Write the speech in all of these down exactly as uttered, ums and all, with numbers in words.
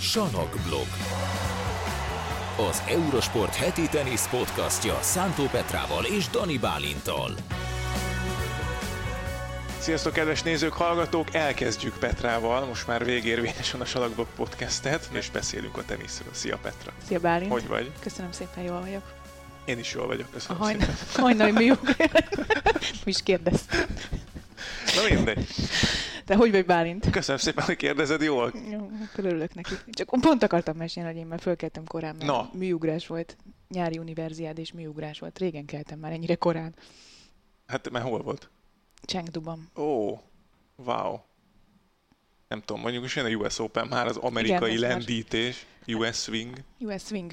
Sanokblog. Az Eurosport heti tenisz podcastja Szántó Petrával és Dani Bálinttal. Sziasztok, kedves nézők, hallgatók! Elkezdjük Petrával, most már végérvényesen a Sanokblog podcastet, és beszélünk a teniszről. Szia, Petra! Szia, Bálint! Hogy vagy? Köszönöm szépen, jól vagyok. Én is jól vagyok, köszönöm a hajna, szépen. Hajnali műugrás. Mi is kérdeztem. Na mindegy. De hogy vagy, Bálint? Köszönöm szépen, hogy kérdezed, jól? Jó, akkor örülök neki. Csak pont akartam mesélni, hogy én már fölkeltem korán, mert Na. műugrás volt. Nyári univerziád és műugrás volt. Régen keltem már ennyire korán. Hát, mert hol volt? Chengduban. Ó, wow. Nem tudom, mondjuk is jön a u es Open már, az amerikai Igen, lendítés, u es Swing. u es Swing.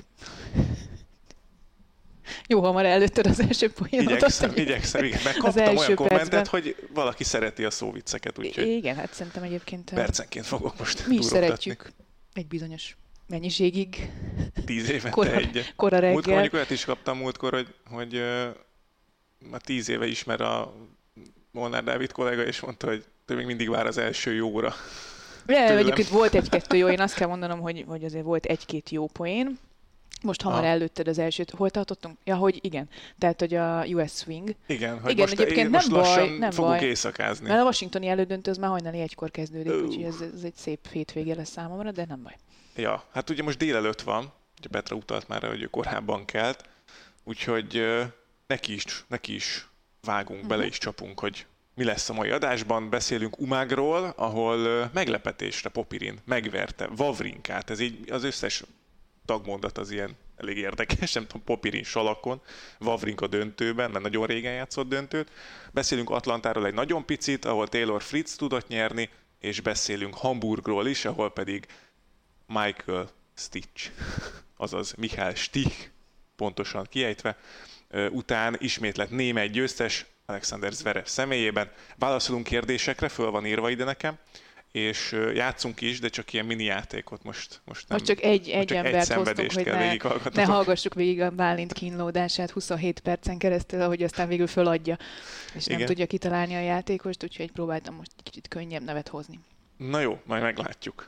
Jó, hamar előtted az első poénot. Igyekszem, igyekszem, igen. Megkaptam olyan első kommentet, percben. hogy valaki szereti a szóvicceket, úgyhogy Igen, hát szerintem egyébként percenként fogok most mi is durogtatni. szeretjük egy bizonyos mennyiségig. Tíz évente Kora, egy. kora reggel. Múltkor mondjuk olyat is kaptam múltkor, hogy, hogy uh, már tíz éve ismer a Molnár Dávid kollega, és mondta, hogy ő még mindig vár az első jóra. Ja, egyébként volt egy-kettő jó, én azt kell mondanom, hogy, hogy azért volt egy-két jó poén. Most hamar ah. előtted az elsőt. Hol tartottunk? Ja, hogy igen. Tehát, hogy a u es Swing. Igen, hogy igen, most, egyébként most nem lassan baj, nem fogunk baj. éjszakázni. Mert a washingtoni elődöntő az már hajnali egykor kezdődik, Uh. úgyhogy ez, ez egy szép hétvége lesz számomra, de nem baj. Ja, hát ugye most délelőtt van, ugye Petra utalt már, hogy ő korábban kelt, úgyhogy uh, neki is, neki is vágunk, uh-huh. bele is csapunk, hogy mi lesz a mai adásban. Beszélünk Umágról, ahol uh, meglepetésre Popirin megverte Wawrinkát. Ez így az összes tagmondat az ilyen elég érdekes, nem tudom, Popirin salakon, Wawrinka döntőben, mert nagyon régen játszott döntőt. Beszélünk Atlantáról egy nagyon picit, ahol Taylor Fritz tudott nyerni, és beszélünk Hamburgról is, ahol pedig Michael Stich, azaz Michael Stich, pontosan kiejtve, után ismét lett német győztes Alexander Zverev személyében. Válaszolunk kérdésekre, föl van írva ide nekem, és játszunk is, de csak ilyen mini játékot most, most nem. Most csak egy, egy csak embert egy hoztunk, hogy ne, ne hallgassuk végig a Bálint kínlódását huszonhét percen keresztül, ahogy aztán végül föladja, és Igen. nem tudja kitalálni a játékost, úgyhogy próbáltam most egy kicsit könnyebb nevet hozni. Na jó, majd meglátjuk.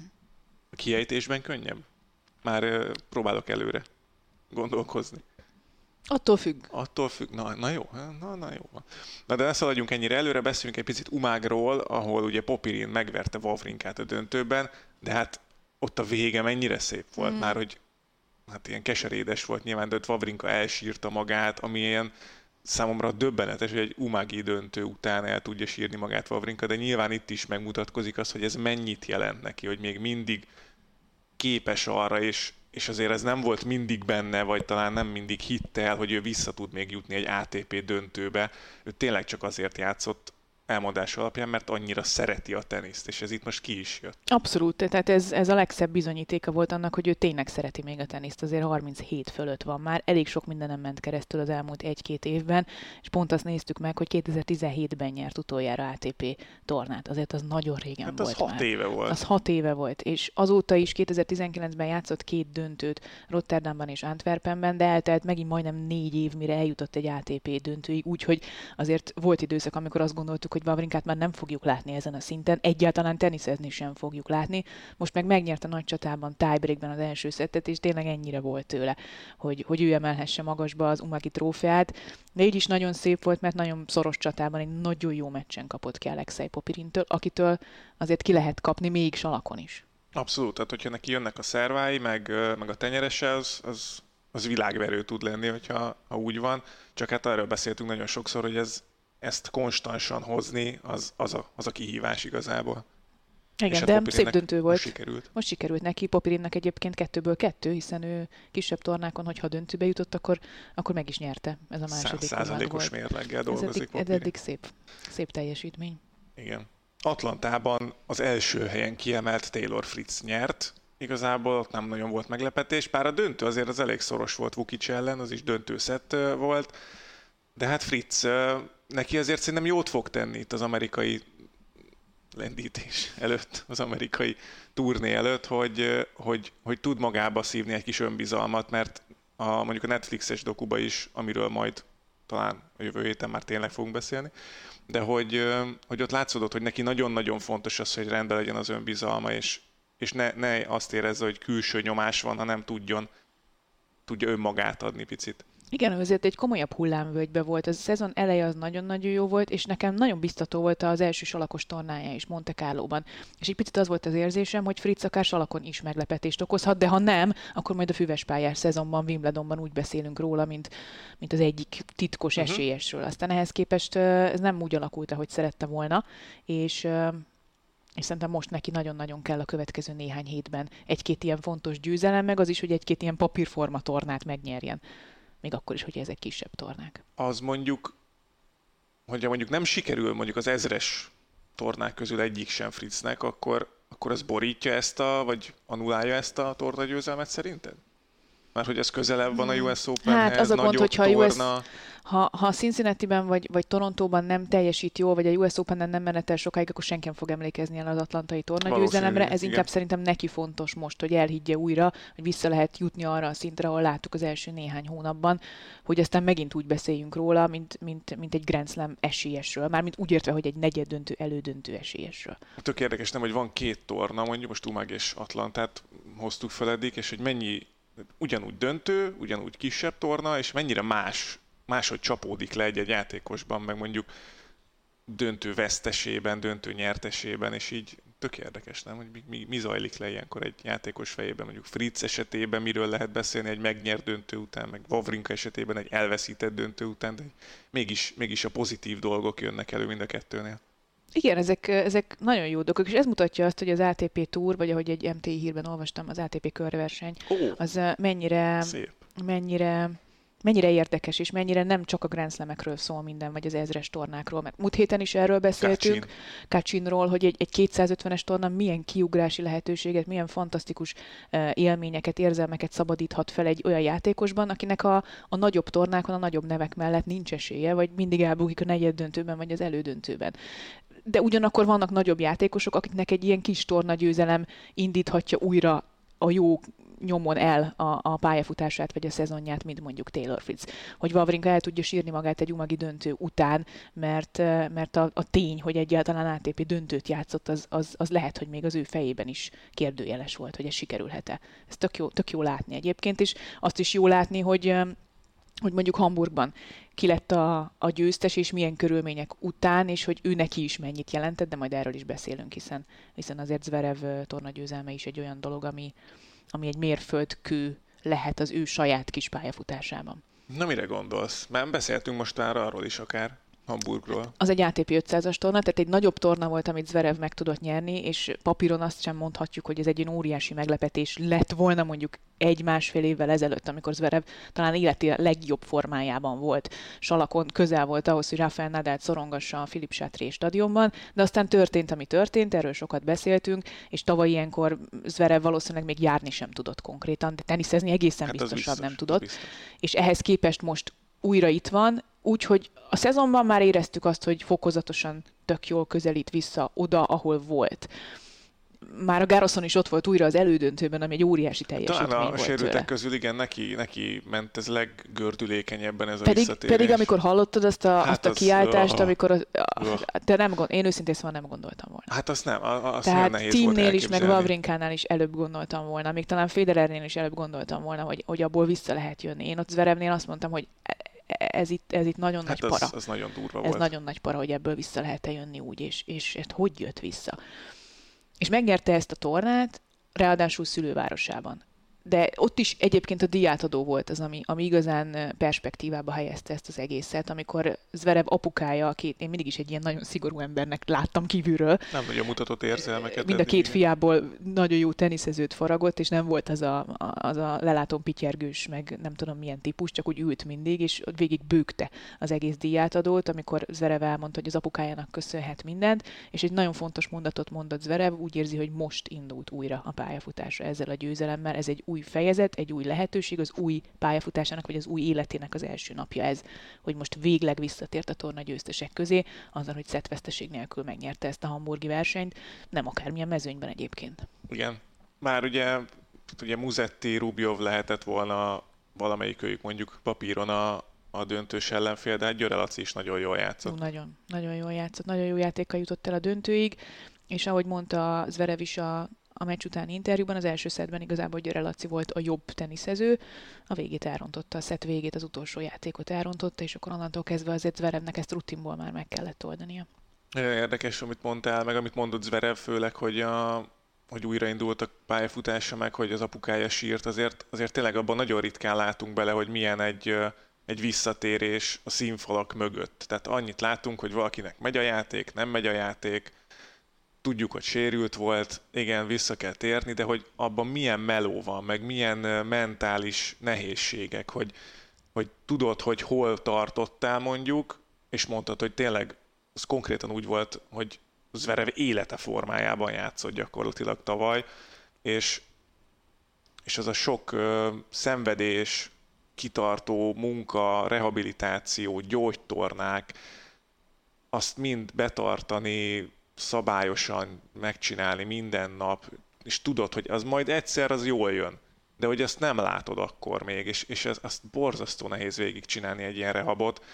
A kiejtésben könnyebb? Már uh, próbálok előre gondolkozni. Attól függ. Attól függ. Na, na jó, na, na jó. Na de ne szaladjunk ennyire előre, beszéljünk egy picit Umágról, ahol ugye Popirin megverte Wawrinkát a döntőben, de hát ott a vége mennyire szép volt mm. már, hogy hát ilyen keserédes volt nyilván, de ott Wawrinka elsírta magát, ami ilyen számomra döbbenetes, hogy egy umági döntő után el tudja sírni magát Wawrinka, de nyilván itt is megmutatkozik az, hogy ez mennyit jelent neki, hogy még mindig képes arra, és, és azért ez nem volt mindig benne, vagy talán nem mindig hitte el, hogy ő vissza tud még jutni egy á té pé döntőbe. Ő tényleg csak azért játszott elmondás alapján, mert annyira szereti a teniszt, és ez itt most ki is jött. Abszolút, tehát ez, ez a legszebb bizonyítéka volt annak, hogy ő tényleg szereti még a teniszt, azért harminchét fölött van már, elég sok mindenem ment keresztül az elmúlt egy-két évben, és pont azt néztük meg, hogy kétezer-tizenhétben nyert utoljára á té pé tornát, azért az nagyon régen hát volt az hat már. éve volt. Az hat éve volt, és azóta is kétezer-tizenkilencben játszott két döntőt Rotterdamban és Antwerpenben, de eltelt megint majdnem négy év, mire eljutott egy á té pé döntőig, úgyhogy azért volt időszak, amikor azt gondoltuk, hogy Wawrinkát már nem fogjuk látni ezen a szinten, egyáltalán teniszezni sem fogjuk látni. Most meg megnyert a nagy csatában, tiebreakben az első szettet, és tényleg ennyire volt tőle, hogy, hogy ő emelhesse magasba az Umagi trófeát. De így is nagyon szép volt, mert nagyon szoros csatában egy nagyon jó meccsen kapott ki Alexei Popirintől, akitől azért ki lehet kapni még salakon is. Abszolút, tehát hogyha neki jönnek a szervái, meg, meg a tenyerese, az, az, az világverő tud lenni, hogyha ha úgy van. Csak hát erről beszéltünk nagyon sokszor, hogy ez ezt konstansan hozni, az, az, a, az a kihívás igazából. Igen, de szép döntő volt. Most sikerült. Most sikerült neki, Popirinnak egyébként kettőből kettő, hiszen ő kisebb tornákon, hogyha döntőbe jutott, akkor, akkor meg is nyerte. Ez a második. Száz százalékos mérleggel dolgozik ez eddig, ez eddig szép, szép teljesítmény. Igen. Atlantában az első helyen kiemelt Taylor Fritz nyert. Igazából ott nem nagyon volt meglepetés, bár a döntő azért az elég szoros volt Vukic ellen, az is döntőszett volt. De hát Fritz, neki azért szerintem jót fog tenni itt az amerikai lendítés előtt, az amerikai turné előtt, hogy, hogy, hogy tud magába szívni egy kis önbizalmat, mert a, mondjuk a Netflixes dokuba is, amiről majd talán a jövő héten már tényleg fogunk beszélni, de hogy, hogy ott látszódott, hogy neki nagyon-nagyon fontos az, hogy rendben legyen az önbizalma, és, és ne, ne azt érezze, hogy külső nyomás van, hanem tudjon, tudja önmagát adni picit. Igen, azért egy komolyabb hullámvölgybe volt. Ez a szezon eleje az nagyon-nagyon jó volt, és nekem nagyon biztató volt az első salakos tornája is Monte Carlóban. És egy picit az volt az érzésem, hogy Fritz akár salakon is meglepetést okozhat, de ha nem, akkor majd a füvespályás szezonban, Wimbledonban úgy beszélünk róla, mint, mint az egyik titkos uh-huh. esélyesről. Aztán ehhez képest ez nem úgy alakult, ahogy szerette volna, és... és szerintem most neki nagyon-nagyon kell a következő néhány hétben egy-két ilyen fontos győzelem, meg az is, hogy egy-két ilyen papírforma tornát megnyerjen. Még akkor is, hogy ezek kisebb tornák. Az mondjuk, hogyha mondjuk nem sikerül mondjuk az ezres tornák közül egyik sem Fritznek, akkor, akkor az borítja ezt a, vagy annulálja ezt a tornagyőzelmet szerinted? Mert hogy ez közelebb van a U S Openhez, hát az a gond, hogyha torna... U S, ha, ha Cincinnati-ben vagy, vagy Torontóban nem teljesít jól, vagy a U S Openen nem menetel sokáig, akkor senki nem fog emlékezni el az atlantai tornagyőzelemre. Ez inkább igen. Szerintem neki fontos most, hogy elhiggye újra, hogy vissza lehet jutni arra a szintre, ahol láttuk az első néhány hónapban, hogy aztán megint úgy beszéljünk róla, mint, mint, mint egy Grand Slam esélyesről. Mármint úgy értve, hogy egy negyeddöntő, elődöntő esélyesről. Tök érdekes, nem, hogy van két torna, mondjuk most Umag és Atlantát hoztuk fel eddig, és hogy mennyi ugyanúgy döntő, ugyanúgy kisebb torna, és mennyire más, máshogy csapódik le egy-egy játékosban, meg mondjuk döntő vesztesében, döntő nyertesében, és így tök érdekes, nem? Hogy mi, mi zajlik le ilyenkor egy játékos fejében, mondjuk Fritz esetében miről lehet beszélni egy megnyert döntő után, meg Wawrinka esetében egy elveszített döntő után, de mégis, mégis a pozitív dolgok jönnek elő mind a kettőnél. Igen, ezek, ezek nagyon jó dolgok, és ez mutatja azt, hogy az á té pé Tour, vagy ahogy egy em té i hírben olvastam, az á té pé körverseny, oh, az mennyire, szép. mennyire, mennyire érdekes, és mennyire nem csak a Grand Slamekről szól minden, vagy az ezres tornákról, mert múlt héten is erről beszéltünk, Kacsin. Kacsinról, hogy egy, egy kétszázötvenes torna milyen kiugrási lehetőséget, milyen fantasztikus uh, élményeket, érzelmeket szabadíthat fel egy olyan játékosban, akinek a, a nagyobb tornákon, a nagyobb nevek mellett nincs esélye, vagy mindig elbukik a negyeddöntőben, vagy az elődöntőben. De ugyanakkor vannak nagyobb játékosok, akiknek egy ilyen kis tornagyőzelem indíthatja újra a jó nyomon el a, a pályafutását, vagy a szezonját, mint mondjuk Taylor Fritz. Hogy Wawrinka el tudja sírni magát egy umagi döntő után, mert, mert a, a tény, hogy egyáltalán á té pé döntőt játszott, az, az, az lehet, hogy még az ő fejében is kérdőjeles volt, hogy ez sikerülhet-e. Ez tök jó, tök jó látni egyébként, és azt is jó látni, hogy hogy mondjuk Hamburgban ki lett a, a győztes, és milyen körülmények után, és hogy ő neki is mennyit jelentett, de majd erről is beszélünk, hiszen, hiszen azért Zverev tornagyőzelme is egy olyan dolog, ami, ami egy mérföldkő lehet az ő saját kis pályafutásában. Na mire gondolsz? Már beszéltünk most már arról is akár, Hamburgról. Az egy á té pé ötszázas torna, tehát egy nagyobb torna volt, amit Zverev meg tudott nyerni, és papíron azt sem mondhatjuk, hogy ez egy óriási meglepetés lett volna mondjuk egy-másfél évvel ezelőtt, amikor Zverev talán életi legjobb formájában volt. Salakon közel volt ahhoz, hogy Rafael Nadalt szorongassa a Philippe Chatrier stadionban, de aztán történt, ami történt, erről sokat beszéltünk, és tavaly ilyenkor Zverev valószínűleg még járni sem tudott konkrétan, de teniszezni egészen hát biztosabb biztos, nem tudott. Biztos. És ehhez képest most újra itt van, úgyhogy a szezonban már éreztük azt, hogy fokozatosan tök jól közelít vissza oda, ahol volt. Már a Garroson is ott volt újra az elődöntőben, ami egy óriási teljesítmény Talán a volt sérültek tőle. közül igen, neki, neki ment ez leggördülékenyebben ez a pedig, visszatérés. pedig amikor hallottad azt a, hát azt a az, kiáltást, oh, amikor az, oh. te nem gond, én őszintén szóval nem gondoltam volna. Hát azt nem, azt Tehát nehéz Thiem-nél volt is, meg Wawrinkánál is előbb gondoltam volna, még talán Federernél is előbb gondoltam volna, hogy, hogy abból vissza lehet jönni. Én ott Zverevnél azt mondtam, hogy ez itt, ez itt nagyon hát nagy az, para. Az nagyon durva ez volt. nagyon nagy para, hogy ebből vissza lehet-e jönni úgy, és, és ezt hogy jött vissza. És megnyerte ezt a tornát, ráadásul szülővárosában. De ott is egyébként a díjátadó volt az, ami, ami igazán perspektívába helyezte ezt az egészet, amikor Zverev apukája, akit én mindig is egy ilyen nagyon szigorú embernek láttam kívülről. Nem nagyon mutatott érzelmeket. Mind a két fiából nagyon jó teniszezőt faragott, és nem volt az a, az a lelátón pityergős, meg nem tudom milyen típus, csak úgy ült mindig, és végig bőgte az egész díjátadót, amikor Zverev elmondta, hogy az apukájának köszönhet mindent, és egy nagyon fontos mondatot mondott Zverev, úgy érzi, hogy most indult újra a pályafutásra ezzel a győzelemmel, ez egy új fejezet, egy új lehetőség, az új pályafutásának, vagy az új életének az első napja ez, hogy most végleg visszatért a torna győztesek közé, azzal, hogy szettveszteség nélkül megnyerte ezt a hamburgi versenyt, nem akármilyen mezőnyben egyébként. Igen. Már ugye, ugye Musetti, Rubjov lehetett volna valamelyikőjük mondjuk papíron a, a döntős ellenfél, de hát Győre Laci is nagyon jól játszott. Ú, nagyon, nagyon jól játszott, nagyon jó játékkal jutott el a döntőig, és ahogy mondta Zverev is a a meccs utáni interjúban, az első szettben igazából Győre Laci volt a jobb teniszező, a végét elrontotta, a szett végét, az utolsó játékot elrontotta, és akkor onnantól kezdve azért Zverevnek ezt rutinból már meg kellett oldania. Nagyon érdekes, amit mondtál, meg amit mondott Zverev, főleg, hogy, a, hogy újraindult a pályafutása, meg hogy az apukája sírt, azért, azért tényleg abban nagyon ritkán látunk bele, hogy milyen egy, egy visszatérés a színfalak mögött. Tehát annyit látunk, hogy valakinek megy a játék, nem megy a játék, tudjuk, hogy sérült volt, igen, vissza kell térni, de hogy abban milyen meló van, meg milyen mentális nehézségek, hogy, hogy tudod, hogy hol tartottál mondjuk, és mondtad, hogy tényleg az konkrétan úgy volt, hogy Zverev élete formájában játszott gyakorlatilag tavaly, és, és az a sok ö, szenvedés, kitartó munka, rehabilitáció, gyógytornák, azt mind betartani, szabályosan megcsinálni minden nap, és tudod, hogy az majd egyszer az jól jön, de hogy azt nem látod akkor még, és, és ez, azt borzasztó nehéz végigcsinálni egy ilyen rehabot,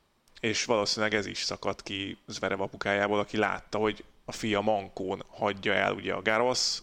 és valószínűleg ez is szakadt ki Zverev apukájából, aki látta, hogy a fia mankón hagyja el ugye a Garros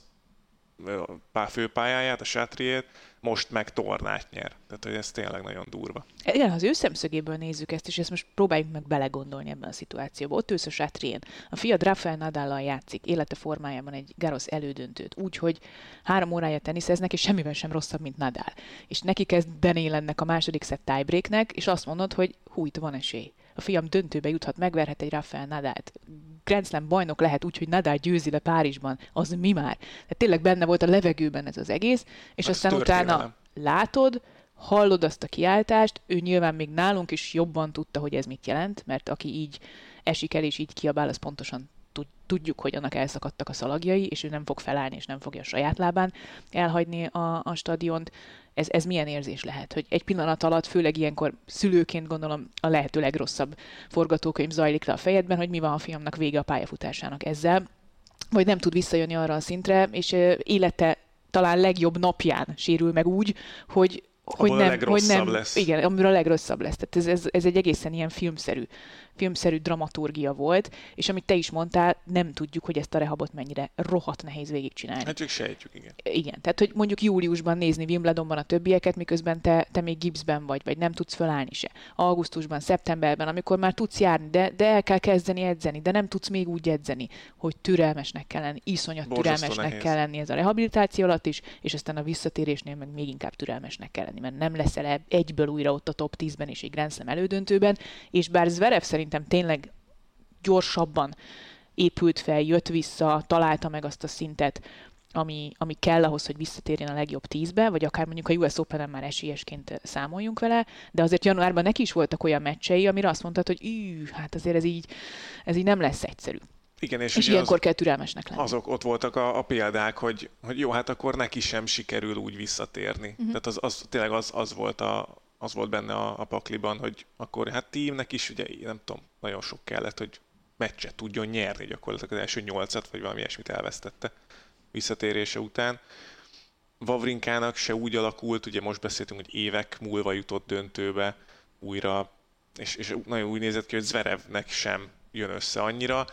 főpályáját, a Chátriét, most meg tornát nyer. Tehát, hogy ez tényleg nagyon durva. Igen, ha az ő szemszögéből nézzük ezt, és ezt most próbáljuk meg belegondolni ebben a szituációban. Ott ősz a Chátrién, a fiad Rafael Nadállal játszik, élete formájában egy Garros elődöntőt, úgy, hogy három órája teniszeznek, és semmivel sem rosszabb, mint Nadal. És neki kezd Daniel-nek a második szett tiebreaknek, és azt mondod, hogy hú, itt van esély. A fiam döntőbe juthat, megverhet egy Rafael Nadált. Grand Slam bajnok lehet úgy, hogy Nadal győzi le Párizsban. Az mi már? Tehát tényleg benne volt a levegőben ez az egész, és az aztán utána látod, hallod azt a kiáltást, ő nyilván még nálunk is jobban tudta, hogy ez mit jelent, mert aki így esik el és így kiabál, az pontosan tudjuk, hogy annak elszakadtak a szalagjai, és ő nem fog felállni, és nem fogja a saját lábán elhagyni a, a stadiont. Ez, ez milyen érzés lehet, hogy egy pillanat alatt, főleg ilyenkor szülőként gondolom a lehető legrosszabb forgatókönyv zajlik le a fejedben, hogy mi van a fiamnak vége a pályafutásának ezzel, vagy nem tud visszajönni arra a szintre, és élete talán legjobb napján sérül meg úgy, hogy hogy nem, hogy nem, lesz. Igen, amiről a legrosszabb lesz. Tehát ez, ez, ez egy egészen ilyen filmszerű, filmszerű dramaturgia volt, és amit te is mondtál, nem tudjuk, hogy ezt a rehabot mennyire rohadt nehéz végigcsinálni. Hát csak sejtjük, igen. Igen, tehát hogy mondjuk júliusban nézni Wimbledonban a többieket, miközben te, te még gipszben vagy, vagy nem tudsz felállni se. Augusztusban, szeptemberben, amikor már tudsz járni, de, de el kell kezdeni edzeni, de nem tudsz még úgy edzeni, hogy türelmesnek kell lenni, iszonyat Borzasztó türelmesnek nehéz. kell lenni ez a rehabilitáció alatt is, és aztán a visszatérésnél meg még inkább türelmesnek kell lenni, mert nem leszel egyből újra ott a top tízben és egy Grand Slam elődöntőben, és bár Zverev szerintem tényleg gyorsabban épült fel, jött vissza, találta meg azt a szintet, ami, ami kell ahhoz, hogy visszatérjen a legjobb tízbe, vagy akár mondjuk a U S Openen már esélyesként számoljunk vele, de azért januárban neki is voltak olyan meccsei, amire azt mondtad, hogy ű, hát azért ez így, ez így nem lesz egyszerű. Igen, és, és ilyenkor az, kell türelmesnek lenni. Azok ott voltak a, a példák, hogy, hogy jó, hát akkor neki sem sikerül úgy visszatérni. Uh-huh. Tehát az, az tényleg az, az, volt a, az volt benne a, a pakliban, hogy akkor hát tímnek is, ugye nem tudom, nagyon sok kellett, hogy meccset tudjon nyerni gyakorlatilag az első nyolcat, vagy valami ilyesmit elvesztette visszatérése után. Wawrinkának se úgy alakult, ugye most beszéltünk, hogy évek múlva jutott döntőbe újra, és, és nagyon úgy nézett ki, hogy Zverevnek sem jön össze annyira,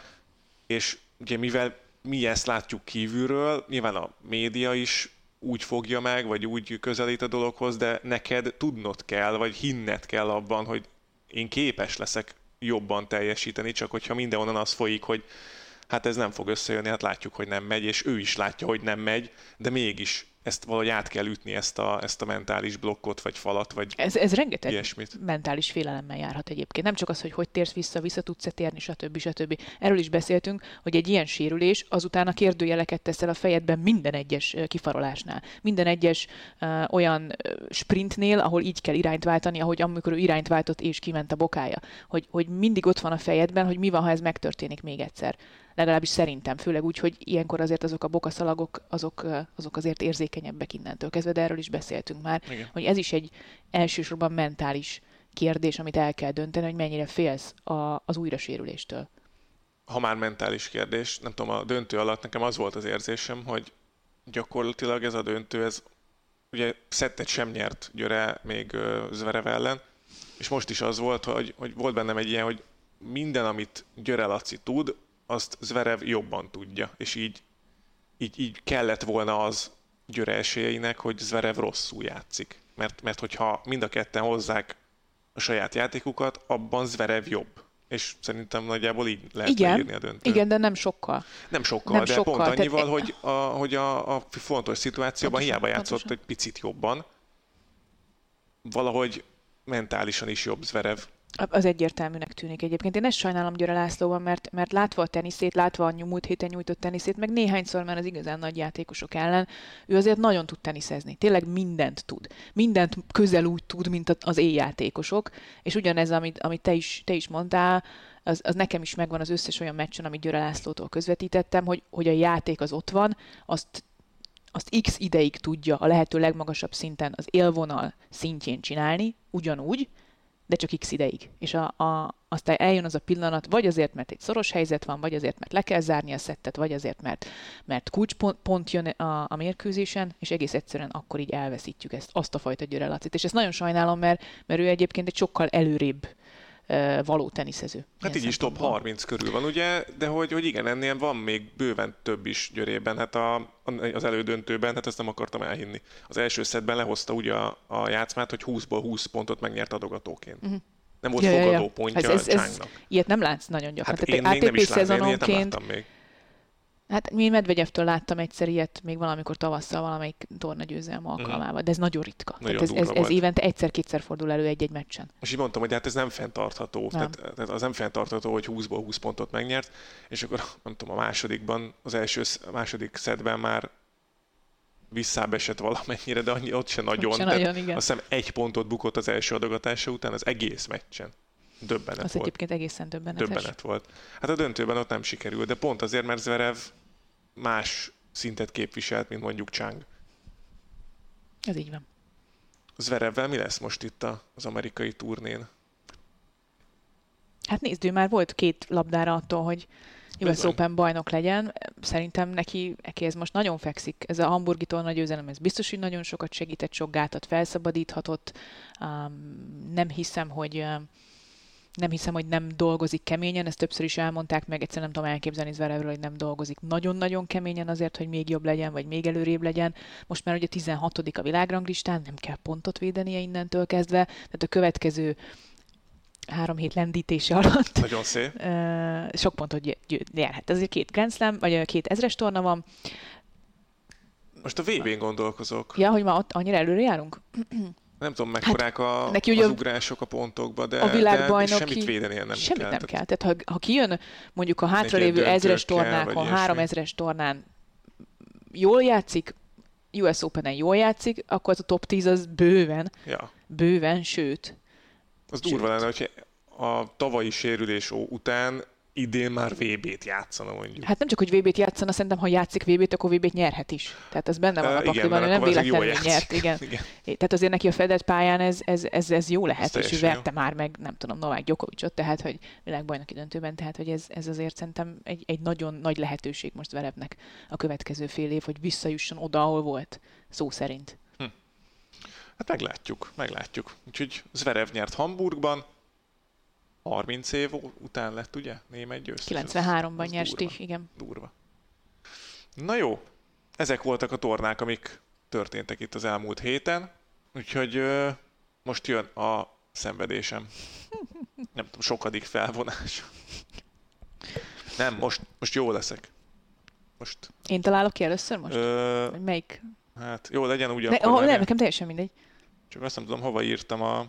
és ugye mivel mi ezt látjuk kívülről, nyilván a média is úgy fogja meg, vagy úgy közelít a dologhoz, de neked tudnod kell, vagy hinned kell abban, hogy én képes leszek jobban teljesíteni, csak hogyha mindenonnan az folyik, hogy hát ez nem fog összejönni, hát látjuk, hogy nem megy, és ő is látja, hogy nem megy, de mégis ezt valahogy át kell ütni, ezt a, ezt a mentális blokkot, vagy falat, vagy ez, ez rengeteg ilyesmit. Mentális félelemmel járhat egyébként. Nem csak az, hogy hogy térsz vissza, vissza tudsz-e térni, stb. stb. Erről is beszéltünk, hogy egy ilyen sérülés azután a kérdőjeleket teszel a fejedben minden egyes kifarolásnál. Minden egyes uh, olyan sprintnél, ahol így kell irányt váltani, ahogy amikor ő irányt váltott és kiment a bokája. Hogy, hogy mindig ott van a fejedben, hogy mi van, ha ez megtörténik még egyszer. Legalábbis szerintem, főleg úgy, hogy ilyenkor azért azok a bokaszalagok, azok, azok azért érzékenyebbek innentől kezdve, de erről is beszéltünk már, igen. Hogy ez is egy elsősorban mentális kérdés, amit el kell dönteni, hogy mennyire félsz a, az újrasérüléstől. Ha már mentális kérdés, nem tudom, a döntő alatt nekem az volt az érzésem, hogy gyakorlatilag ez a döntő, ez ugye szettet sem nyert Győre még Zverev ellen, és most is az volt, hogy, hogy volt bennem egy ilyen, hogy minden, amit Győre Laci tud, azt Zverev jobban tudja, és így, így, így kellett volna az Győre esélyeinek, hogy Zverev rosszul játszik. Mert, mert hogyha mind a ketten hozzák a saját játékukat, abban Zverev jobb. És szerintem nagyjából így lehet leírni a döntőt. Igen, de nem sokkal. Nem sokkal, nem de sokkal, pont annyival, tehát... hogy a, hogy a, a fontos szituációban pontosan, hiába játszott pontosan. Egy picit jobban. Valahogy mentálisan is jobb Zverev. Az egyértelműnek tűnik egyébként. Én ezt sajnálom Győre Lászlóban, mert, mert látva a teniszét, látva a múlt héten nyújtott teniszét, meg néhányszor már az igazán nagy játékosok ellen, ő azért nagyon tud teniszezni. Tényleg mindent tud. Mindent közel úgy tud, mint az éjjátékosok. És ugyanez, amit, amit te, is, te is mondtál, az, az nekem is megvan az összes olyan meccsen, amit Győre Lászlótól közvetítettem, hogy, hogy a játék az ott van, azt azt x ideig tudja a lehető legmagasabb szinten az élvonal szintjén csinálni, ugyanúgy, de csak x ideig. És a, a, aztán eljön az a pillanat, vagy azért, mert egy szoros helyzet van, vagy azért, mert le kell zárni a szettet, vagy azért, mert, mert kulcspont pont jön a, a mérkőzésen, és egész egyszerűen akkor így elveszítjük ezt, azt a fajta Győre Lacit. És ezt nagyon sajnálom, mert, mert ő egyébként egy sokkal előrébb uh, való teniszező. Hát így is top harminc körül van, ugye? De hogy, hogy igen, ennél van még bőven több is Győrében, hát a, az elődöntőben, hát ezt nem akartam elhinni. Az első szettben lehozta ugye a, a játszmát, hogy húszból húsz pontot megnyert adogatóként. Uh-huh. Nem volt ja, fogadó ja, ja. pontja ez, ez, ez, ilyet nem látsz nagyon gyakran. Hát én még nem is láttam, én ilyet nem láttam még. Hát mi Medvegyevtől láttam egyszer ilyet, még valamikor tavasszal valamelyik tornagyőzelem alkalmával, uh-huh. de ez nagyon ritka. Nagyon Tehát ez, ez, ez évente egyszer-kétszer fordul elő egy-egy meccsen. És így mondtam, hogy hát ez nem fenntartható. Tehát, tehát az nem fenntartható, hogy húszból húsz pontot megnyert, és akkor nem tudom, a másodikban, az első a második szettben már visszább esett valamennyire, de annyi, ott se nagyon. Se nagyon igen. Azt hiszem egy pontot bukott az első adogatása után az egész meccsen. Döbbenet az volt. egyébként egészen döbbenetes. Döbbenet volt. Hát a döntőben ott nem sikerült, de pont azért, mert Zverev más szintet képviselt, mint mondjuk Chang. Ez így van. Zverevvel mi lesz most itt az amerikai turnén? Hát nézd, ő már volt két labdára attól, hogy u es Open bajnok legyen. Szerintem neki, neki ez most nagyon fekszik. Ez a hamburgi tornagyőzelem, ez biztos, hogy nagyon sokat segített, sok gátat felszabadíthatott. Um, nem hiszem, hogy... Um, Nem hiszem, hogy nem dolgozik keményen, ezt többször is elmondták meg, egyszerűen nem tudom elképzelni Zverevről, hogy nem dolgozik nagyon-nagyon keményen azért, hogy még jobb legyen, vagy még előrébb legyen. Most már ugye tizenhatodik a világranglistán, nem kell pontot védenie innentől kezdve, tehát a következő három hét lendítése alatt nagyon szép. sok pontot nyerhet. Ez két Grand Slam, vagy két ezres torna van. Most a vé bén gondolkozok. Ja, hogy ma ott annyira előre járunk? Nem tudom, mekkorák a, hát, az ugrások a pontokba, de, a világbajnoki, de semmit védenie nem semmit kell. nem kell. Tehát ha, ha kijön mondjuk a hátralévő ezres tornákon, három ezres tornán jól játszik, u es Openen jól játszik, akkor az a top tíz az bőven, ja. bőven, sőt. Az durva lenne, hogyha a tavalyi sérülés után idén már vé bét játszana, mondjuk. Hát nem csak, hogy vé bét játszana, szerintem, ha játszik vé bét, akkor vé bét nyerhet is. Tehát ez benne van a pakliban, ő nem véletlenül nyert. Igen. igen. Tehát azért neki a fedett pályán ez, ez, ez, ez jó lehet, ez és ő verte jó. Már meg, nem tudom, Novák Djokovicot, tehát, hogy világbajnoki döntőben, tehát, hogy ez, ez azért szerintem egy, egy nagyon nagy lehetőség most Zverevnek a következő fél év, hogy visszajusson oda, ahol volt, szó szerint. Hm. Hát meglátjuk, meglátjuk. Úgyhogy Zverev nyert Hamburgban, harminc év után lett, ugye? Német győztes. kilencvenháromban nyerti, igen. Durva. Na jó, ezek voltak a tornák, amik történtek itt az elmúlt héten, úgyhogy ö, most jön a szenvedésem. Nem tudom, sokadik felvonás. Nem, most, most jó leszek. Most. Én találok ki először most? Ö, Vagy melyik? Hát jó, legyen úgy ne, akkor. Oh, nem, nekem teljesen mindegy. Csak azt nem tudom, hova írtam a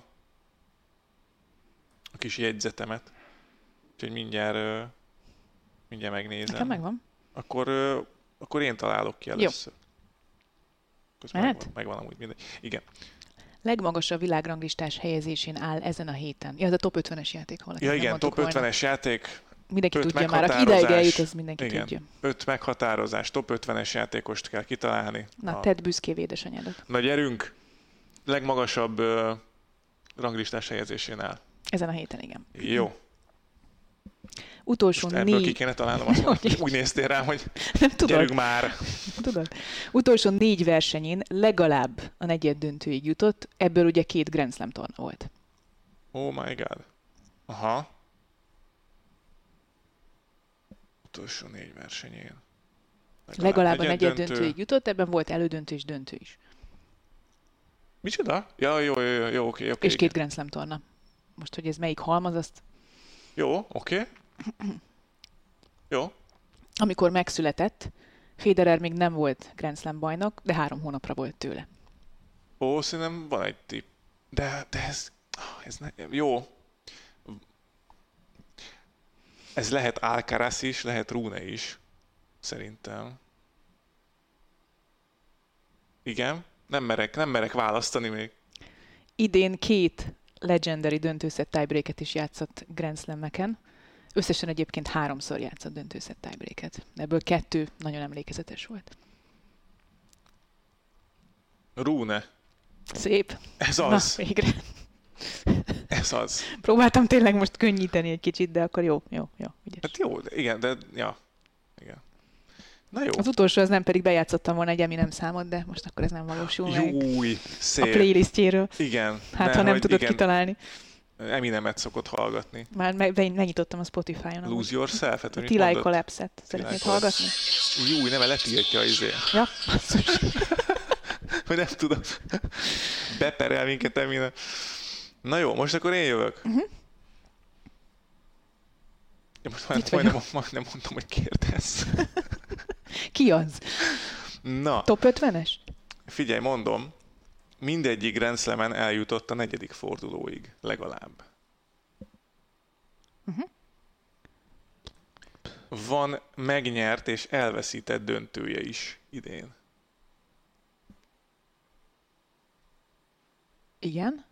a kis jegyzetemet. Úgyhogy mindjárt, mindjárt megnézem. Nekem megvan. Akkor, akkor én találok ki először. Jó. Mehet? Megvan, megvan amúgy mindegy. Igen. Legmagasabb világranglistás helyezésén áll ezen a héten. Ja, ez a top ötvenes játék. Hol ja, igen, top ötvenes volna. Játék. Mindenki tudja már, aki ideig eljut, az mindenki igen, tudja. öt meghatározás, top ötvenes játékost kell kitalálni. Na, a... tedd büszkévé édesanyádat. Na gyerünk, legmagasabb uh, ranglistás helyezésén áll. Ezen a héten, igen. Jó. Utolsó most négy... ebből ki kéne találnom azt, hogy úgy néztél rám, hogy tudod. Gyerünk már. Tudod. Utolsó négy versenyén legalább a negyed döntőig jutott, ebből ugye két Grand Slam torna volt. Oh my god. Aha. Utolsó négy versenyén. Legalább a negyed döntőig jutott, ebben volt elődöntő és döntő is. Micsoda? Ja, jó, jó, jó, jó, oké, oké. És két Grand Slam torna. Most, hogy ez melyik halmaz, azt... Jó, oké. Jó. Amikor megszületett, Federer még nem volt Grand Slam bajnok, de három hónapra volt tőle. Ó, szerintem van egy tipp. De, de ez... ez ne, jó. Ez lehet Alcaraz is, lehet Rune is. Szerintem. Igen? Nem merek, nem merek választani még. Idén két legendary döntőszett tiebreaket is játszott Grand Slam-eken. Összesen egyébként háromszor játszott döntőszett tiebreaket. Ebből kettő nagyon emlékezetes volt. Rune. Szép. Ez az. Na, végre. Ez az. Próbáltam tényleg most könnyíteni egy kicsit, de akkor jó, jó, jó. Ügyes. Hát jó, de igen, de ja. Igen. Na jó. Az utolsó az nem, pedig bejátszottam volna egy Eminem számot, de most akkor ez nem valósul meg. Júj, szép. A playlistjéről. Igen. Hát, ha nem tudod igen, kitalálni. Eminemet szokott hallgatni. Már meg, megnyitottam a Spotify-on. Lose Yourself-et? A T-Like Collapse-et. Szeretnéd hallgatni? Júj, nem, letiltja izé. Ja, Vagy nem tudom. Beperel minket Eminem. Na jó, most akkor én jövök. Uh-huh. Ja, most már majdnem, majdnem mondtam, hogy kérdezz. Ki az? Na. Top ötvenes? Figyelj, mondom. Mindegyik Grand Slamen eljutott a negyedik fordulóig, legalább. Uh-huh. Van megnyert és elveszített döntője is idén. Igen.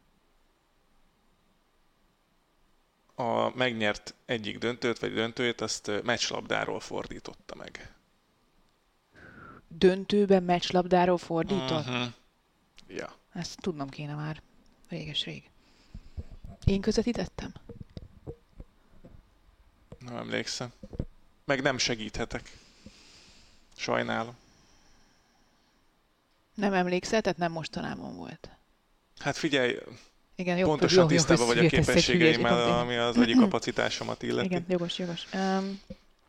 A megnyert egyik döntőt, vagy döntőjét, azt meccslabdáról fordította meg. Döntőben meccslabdáról fordított? Uh-huh. Ja. Ezt tudnom kéne már. Réges-rég. Én közvetítettem? Nem emlékszem. Meg nem segíthetek. Sajnálom. Nem emlékszel, tehát nem mostanában volt. Hát figyelj, igen, jó, pontosan tisztában vagy a képességeimmel, hülyes, ami az agyi kapacitásomat illeti. Igen, jogos, jogos. Um,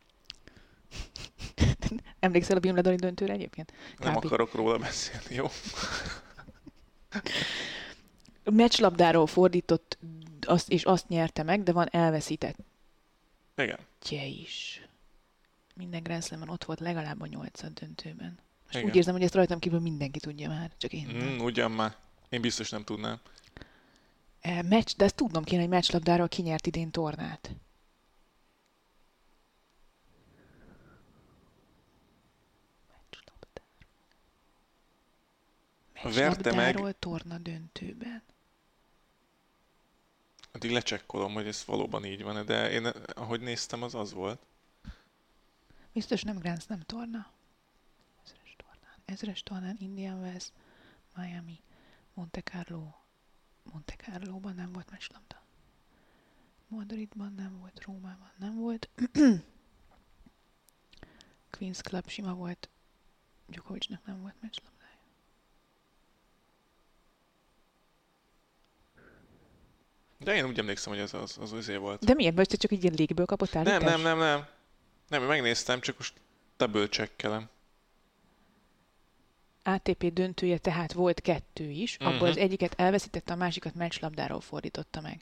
emlékszel a Wimbledoni döntőre egyébként? Nem Kápi. Akarok róla beszélni, jó? Meccslabdáról fordított, azt, és azt nyerte meg, de van elveszített. Igen. Tje is. Minden Grand Slamon ott volt legalább a nyolcad döntőben. Most igen. Úgy érzem, hogy ezt rajtam kívül mindenki tudja már, csak én nem. Mm, ugyan már. Én biztos nem tudnám. E, meccs, de ezt tudnom kéne, hogy meccslabdáról kinyert idén tornát. Meccslabdáról meg... torna döntőben. Addig lecsekkolom, hogy ez valóban így van, de én, ahogy néztem, az az volt. Biztos nem Grand Slam torna? Ezres tornán. Ezres tornán, Indian Wells, Miami, Monte Carlo. Monte Carlóban nem volt meccslabda. Madridban nem volt, Rómában nem volt. Queen's Club sima volt. Djokovicnak nem volt meccslabdája. De én úgy emlékszem, hogy ez az, az azért volt. De miért? Vagy te csak így ilyen légből kapott állítás? Nem, nem, nem, nem. Nem, megnéztem, csak most double checkelem. á té pé döntője tehát volt kettő is, uh-huh. abból az egyiket elveszítette, a másikat meccslabdáról fordította meg.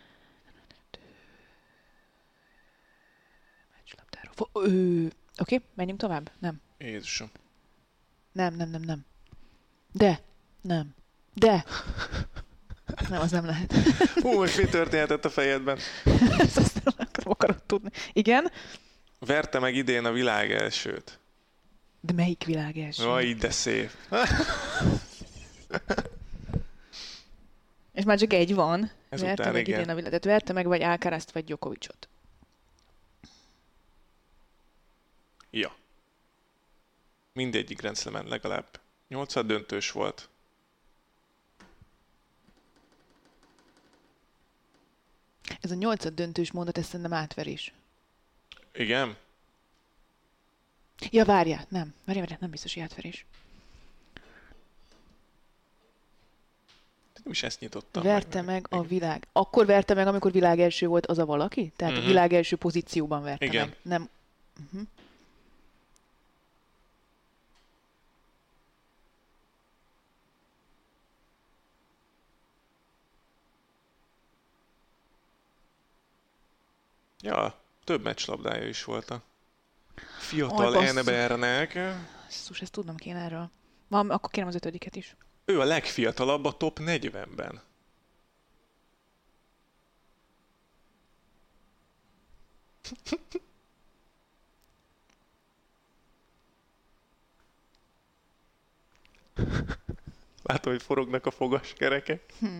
Meccslabdáról. For- Oké, okay, menjünk tovább? Nem. Jézusom. Nem, nem, nem, nem. De. Nem. De. Nem, az nem lehet. Hú, most mi történhetett a fejedben? Ezt azt nem akarod tudni. Igen? Verte meg idén a világ elsőt. De melyik világ első? Vaj, de szép. És már csak egy van. Ezután verte meg igen. idén a világ. Tehát verte meg vagy Alcarazt, vagy Djokovicot. Ja. Mindegyik Grand Slamen legalább nyolcad döntős volt. Ez a nyolcad döntős mondat, ez szerintem átverés. Igen? Ja, várjál, nem. Várjál, várjál, nem biztos, hogy átverés. Nem is ezt nyitottam. Verte meg, meg a világ. Akkor verte meg, amikor világ első volt az a valaki? Tehát uh-huh. a világ első pozícióban verte igen. meg. Nem. Uh-huh. Ja, több meccslabdája is volt a fiatal embernek. Szus, ezt tudnom kéne erről. Van, akkor kérem az ötödiket is. Ő a legfiatalabb a top negyvenben. Látom, hogy forognak a fogaskerekek. Hm.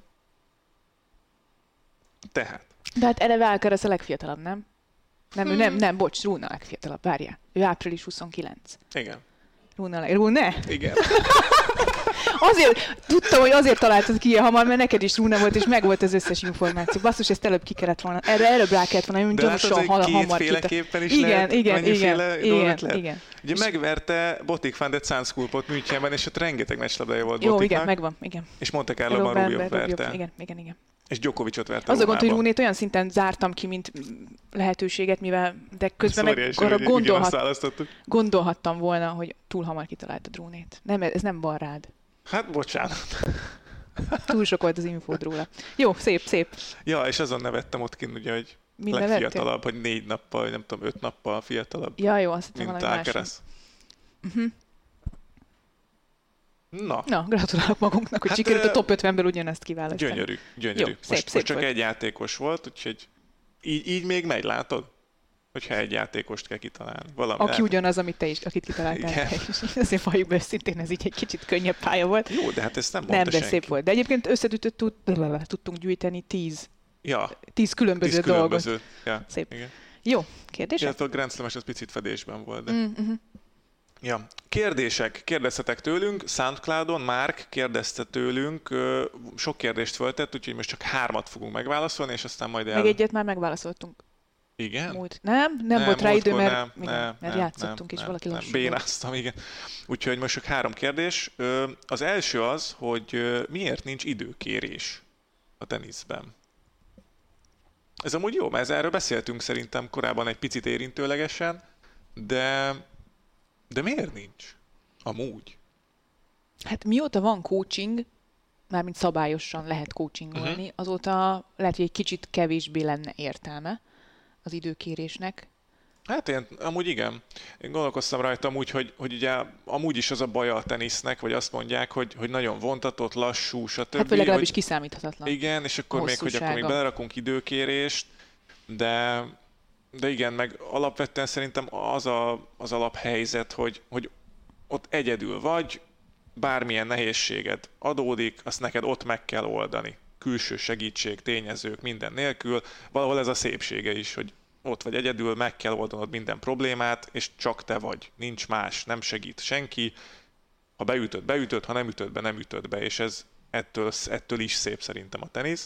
Tehát. De hát eleve Alcaraz a legfiatalabb, nem? Nem, hmm. nem, nem, bocs, Rune a legfiatalabb, várjál. Ő április huszonkilenc. Igen. Rune a leg... Rune? Igen. Azért, tudtam, hogy azért találtad ki ilyen hamar, mert neked is Rune volt, és meg volt az összes információ. Basszus, ezt előbb ki kellett volna. Erre előbb rá kellett volna, hogy gyorsan, hamar kétféleképpen is igen, lehet, igen, igen, igen, lehet. igen. Ugye és megverte Botik van der Zandschulpot Münchenben, és ott rengeteg meccslabdája volt Jó, Botiknak. igen, megvan, igen. És Monte Carlo-ban Rubjov verte. Igen, igen, igen. És Djokovicot verte az a gond, hogy Runét olyan szinten zártam ki, mint lehetőséget, mivel de közben meg arra gondolhat, gondolhattam volna, hogy túl hamar kitaláltad Runét. Nem, ez nem van rád. Hát bocsánat. Túl sok volt az infód róla. Jó, szép, szép. Ja, és azon nevettem ott kint, ugye, hogy Mind legfiatalabb, hogy négy nappal, nem tudom, öt nappal fiatalabb. Ja, jó, azt mint Alcaraz. Uh-huh. Na. Na, gratulálok magunknak, hogy hát, sikerült a top ötvenből ugyanezt kiválasztani. Gyönyörű, gyönyörű. Jó, szép, most, szép most csak volt. egy játékos volt, úgyhogy így, így még megy, látod? Hogyha egy játékost kell kitalálni. Valami Aki lehet. ugyanaz, amit te is, akit kitaláltál. Te is. Azért valljuk be őszintén, ez így egy kicsit könnyebb pálya volt. Jó, de hát ezt nem mondta Nem, de senki. szép volt. De egyébként összetűtött tud, tudtunk gyűjteni tíz, ja. tíz különböző tíz dolgot. Különböző. Ja. Szép. Igen. Jó, kérdések? Illetve a Grand Slam-es az picit fedésben volt, de... Mm-hmm. Ja. Kérdések. Kérdeztetek tőlünk. Soundcloudon Márk kérdezte tőlünk. Sok kérdést föltett, úgyhogy most csak hármat fogunk megválaszolni, és aztán majd el... Meg egyet már megválaszoltunk. Igen? Múlt. Nem? Nem, nem volt rá idő, mert, nem, igen, nem, mert nem, játszottunk, nem, és valaki nem, lassú. Bénáztam, igen. Úgyhogy most csak három kérdés. Az első az, hogy miért nincs időkérés a teniszben? Ez amúgy jó, mert erről beszéltünk szerintem korábban egy picit érintőlegesen, de, de miért nincs? Amúgy. Hát mióta van coaching, mármint szabályosan lehet coachingolni, uh-huh. azóta lehet, hogy egy kicsit kevésbé lenne értelme az időkérésnek. Hát én, amúgy igen. Én gondolkoztam rajta amúgy, hogy, hogy ugye amúgy is az a baja a tenisznek, vagy azt mondják, hogy, hogy nagyon vontatott, lassú, stb. Hát vagy legalábbis hogy, kiszámíthatatlan. Igen, és akkor még, hogy akkor még belerakunk időkérést, de, de igen, meg alapvetően szerintem az a, az alaphelyzet, hogy, hogy ott egyedül vagy, bármilyen nehézséged adódik, azt neked ott meg kell oldani. Külső segítség, tényezők, minden nélkül. Valahol ez a szépsége is, hogy ott vagy egyedül, meg kell oldanod minden problémát, és csak te vagy. Nincs más, nem segít senki. Ha beütöd, beütöd, ha nem ütöd be, nem ütöd be, és ez ettől, ettől is szép szerintem a tenisz.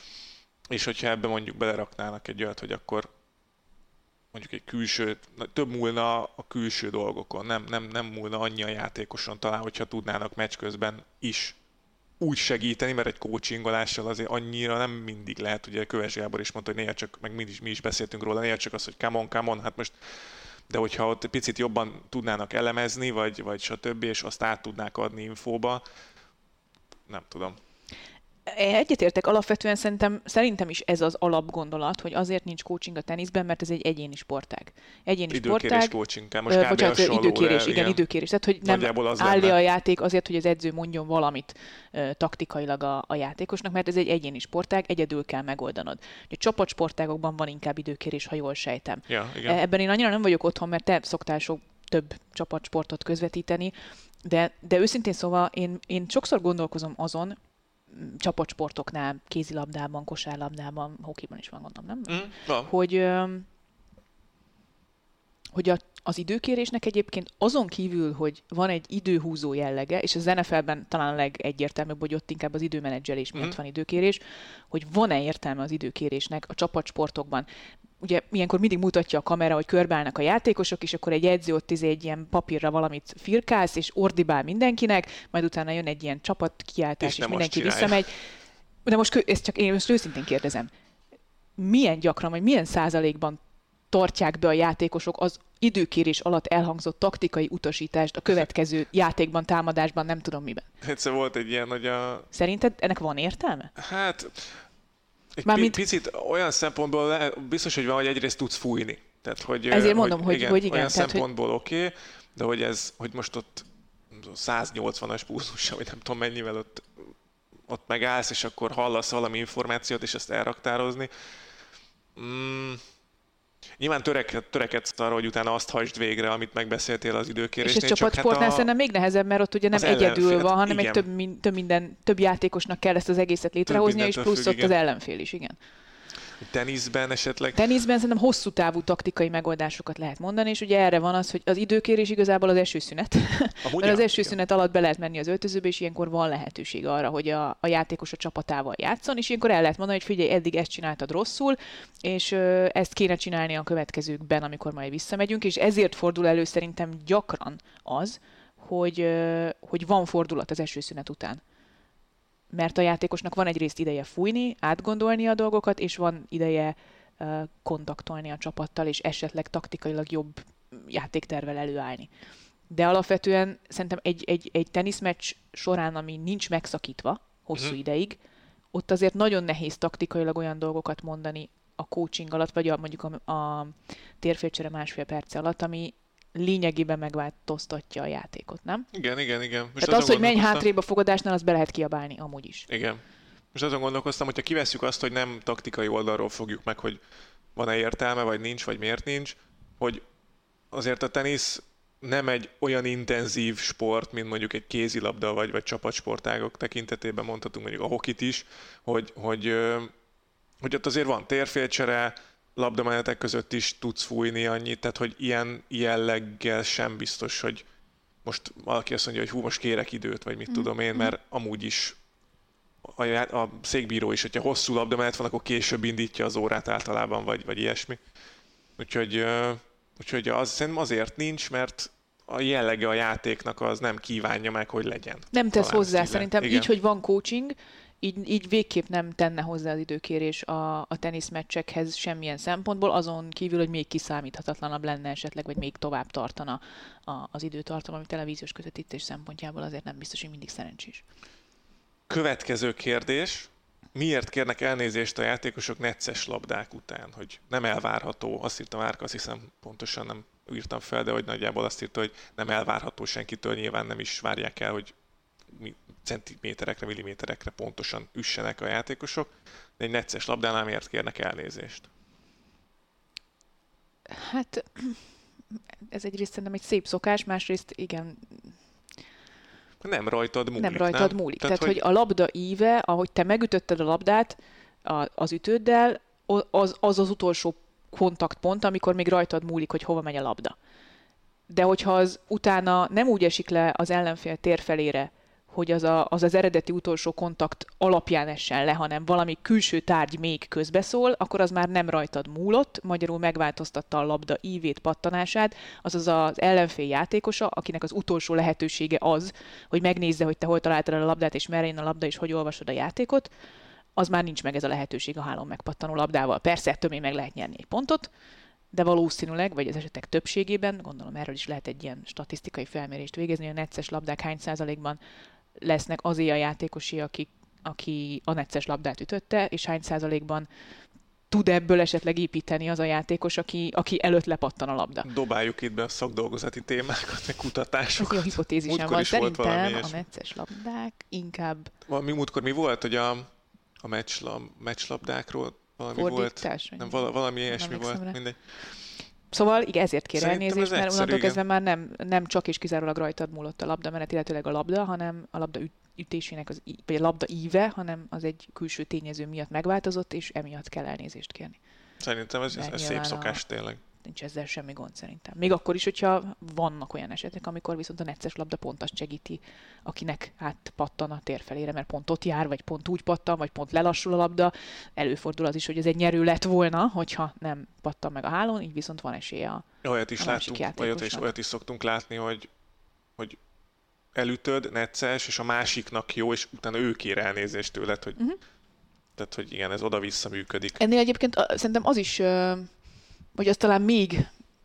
És hogyha ebbe mondjuk beleraknának egy olyat, hogy akkor mondjuk egy külső, több múlna a külső dolgokon, nem, nem, nem múlna annyi a játékoson, talán hogyha tudnának meccs közben is úgy segíteni, mert egy coachingolással azért annyira nem mindig lehet, ugye Köves Gábor is mondta, hogy néha csak, meg mi is, mi is beszéltünk róla, néha csak az, hogy come on, come on, hát most, de hogyha ott picit jobban tudnának elemezni, vagy, vagy stb., és azt át tudnák adni infóba, nem tudom. Egyetértek, alapvetően szerintem, szerintem is ez az alapgondolat, hogy azért nincs coaching a teniszben, mert ez egy egyéni sportág. Egyéni időkérés sportág. coaching, most ö, bocsánat, időkérés, igen, igen, időkérés. Tehát, hogy nem áll le a játék azért, hogy az edző mondjon valamit ö, taktikailag a, a játékosnak, mert ez egy egyéni sportág, egyedül kell megoldanod. A csapatsportágokban van inkább időkérés, ha jól sejtem. Ja, igen. Ebben én annyira nem vagyok otthon, mert te szoktál sok több csapatsportot közvetíteni, de, de őszintén szóval én, én sokszor gondolkozom azon, csapatsportoknál, kézilabdában, kosárlabdában, hokiban is van, gondolom, nem? Mm, hogy, hogy a, az időkérésnek egyébként azon kívül, hogy van egy időhúzó jellege, és az en ef el-ben talán a legegyértelműbb, hogy ott inkább az időmenedzselés miatt mm. van időkérés, hogy van-e értelme az időkérésnek a csapatsportokban. Ugye ilyenkor mindig mutatja a kamera, hogy körbeállnak a játékosok, és akkor egy edző ott egy ilyen papírra valamit firkálsz, és ordibál mindenkinek, majd utána jön egy ilyen csapatkiáltás, és, és mindenki visszamegy. De most ezt csak én most őszintén kérdezem, milyen gyakran, vagy milyen százalékban tartják be a játékosok az időkérés alatt elhangzott taktikai utasítást a következő játékban, támadásban, nem tudom miben? Egyszer volt egy ilyen, hogy a... Szerinted ennek van értelme? Hát... Egy Mármint... picit olyan szempontból le, biztos, hogy van, hogy egyrészt tudsz fújni. Tehát, hogy, Ezért mondom, hogy igen, hogy igen. Olyan tehát, szempontból hogy... oké, okay, de hogy ez, hogy most ott száznyolcvanas pulzussal, vagy nem tudom mennyivel ott, ott megállsz, és akkor hallasz valami információt, és ezt elraktározni. Mm. Nyilván törek, törekedsz arra, hogy utána azt hagyd végre, amit megbeszéltél az időkérésnél. És ez csapatsportnál hát szerintem még nehezebb, mert ott ugye nem egyedül van, hanem igen. egy több, több, minden, több játékosnak kell ezt az egészet létrehoznia, és plusz függ, ott igen. az ellenfél is, igen. Teniszben esetleg? Teniszben szerintem hosszú távú taktikai megoldásokat lehet mondani, és ugye erre van az, hogy az időkérés igazából az esőszünet. Mert az esőszünet alatt be lehet menni az öltözőbe, és ilyenkor van lehetőség arra, hogy a, a játékos a csapatával játszon, és ilyenkor el lehet mondani, hogy figyelj, eddig ezt csináltad rosszul, és ö, ezt kéne csinálni a következőkben, amikor majd visszamegyünk, és ezért fordul elő szerintem gyakran az, hogy, ö, hogy van fordulat az esőszünet után. Mert a játékosnak van egyrészt ideje fújni, átgondolni a dolgokat, és van ideje uh, kontaktolni a csapattal, és esetleg taktikailag jobb játéktervvel előállni. De alapvetően szerintem egy, egy, egy teniszmeccs során, ami nincs megszakítva hosszú uh-huh. ideig, ott azért nagyon nehéz taktikailag olyan dolgokat mondani a coaching alatt, vagy a, mondjuk a, a térfélcsere másfél perce alatt, ami lényegében megváltoztatja a játékot, nem? Igen, igen, igen. Most Tehát az, hogy menj hátrébb a fogadásnál, azt be lehet kiabálni amúgy is. Igen. Most azon gondolkoztam, hogyha kivesszük azt, hogy nem taktikai oldalról fogjuk meg, hogy van-e értelme, vagy nincs, vagy miért nincs, hogy azért a tenisz nem egy olyan intenzív sport, mint mondjuk egy kézilabda, vagy, vagy csapatsportágok tekintetében mondhatunk mondjuk a hokit is, hogy, hogy, hogy ott azért van térfélcsere, labdamenetek között is tudsz fújni annyit, tehát hogy ilyen jelleggel sem biztos, hogy most valaki azt mondja, hogy hú, most kérek időt, vagy mit mm. tudom én, mert amúgy is a, a székbíró is, hogyha hosszú labdamenet van, akkor később indítja az órát általában, vagy, vagy ilyesmi. Úgyhogy, úgyhogy az, szerintem azért nincs, mert a jellege a játéknak az nem kívánja meg, hogy legyen. Nem tesz hozzá, szíve. szerintem Igen. így, hogy van coaching, Így, így végképp nem tenne hozzá az időkérés a, a teniszmeccsekhez semmilyen szempontból, azon kívül, hogy még kiszámíthatatlanabb lenne esetleg, vagy még tovább tartana a, az időtartam, ami televíziós közvetítés szempontjából azért nem biztos, hogy mindig szerencsés. Következő kérdés. Miért kérnek elnézést a játékosok necces labdák után? Hogy nem elvárható, azt írta Márka, azt hiszem pontosan nem írtam fel, de hogy nagyjából azt írta, hogy nem elvárható senkitől, nyilván nem is várják el, hogy centiméterekre, milliméterekre pontosan üssenek a játékosok, de egy necces labdánál miért kérnek elnézést? Hát ez egyrészt szerintem egy szép szokás, másrészt igen... Nem rajtad múlik. Nem rajtad nem? múlik. Tehát, Tehát hogy... hogy a labda íve, ahogy te megütötted a labdát a, az ütőddel, az, az az utolsó kontaktpont, amikor még rajtad múlik, hogy hova megy a labda. De hogyha az utána nem úgy esik le az ellenfél tér felére, hogy az, a, az az eredeti utolsó kontakt alapján essen le, hanem valami külső tárgy még közbeszól, akkor az már nem rajtad múlott, magyarul megváltoztatta a labda ívét, pattanását, azaz az ellenfél játékosa, akinek az utolsó lehetősége az, hogy megnézze, hogy te hol találtad el a labdát, és merre jön a labda, és hogy olvasod a játékot, az már nincs meg ez a lehetőség a hálón megpattanó labdával. Persze, ettől még meg lehet nyerni egy pontot, de valószínűleg, vagy az esetek többségében, gondolom erről is lehet egy ilyen statisztikai felmérést végezni, hogy a necces labdák hány százalékban lesznek azért a játékosi, aki, aki a necces labdát ütötte, és hány százalékban tud ebből esetleg építeni az a játékos, aki, aki előtt lepattan a labda. Dobáljuk itt be a szakdolgozati témákat, meg kutatásokat. Ez jó hipotézisem van. Szerintem a necces labdák inkább... Valami múltkor mi volt, hogy a, a meccslab, meccslabdákról valami fordítás, volt? Nem, vala, valami ilyesmi volt, rá. Mindegy. Szóval igen, ezért kér Szerintem elnézést, mert egyszerű, onnantól kezdve már nem, nem csak és kizárólag rajtad múlott a labda, mert illetőleg a labda, hanem a labda ütésének, az, vagy a labda íve, hanem az egy külső tényező miatt megváltozott, és emiatt kell elnézést kérni. Szerintem ez, ez szép szokás tényleg. Nincs ezzel semmi gond szerintem. Még akkor is, hogyha vannak olyan esetek, amikor viszont a necces labda pont azt segíti, akinek átpattan a tér felére, mert pont ott jár, vagy pont úgy pattan, vagy pont lelassul a labda. Előfordul az is, hogy ez egy nyerő lett volna, hogyha nem pattan meg a hálón, így viszont van esélye a, olyat is a másik láttunk, olyat is, olyat is szoktunk látni, hogy, hogy elütöd, necces, és a másiknak jó, és utána ő kér elnézést tőled, hogy, uh-huh. tehát, hogy igen, ez oda-vissza működik. Ennél egyébként szerintem az is... hogy az talán még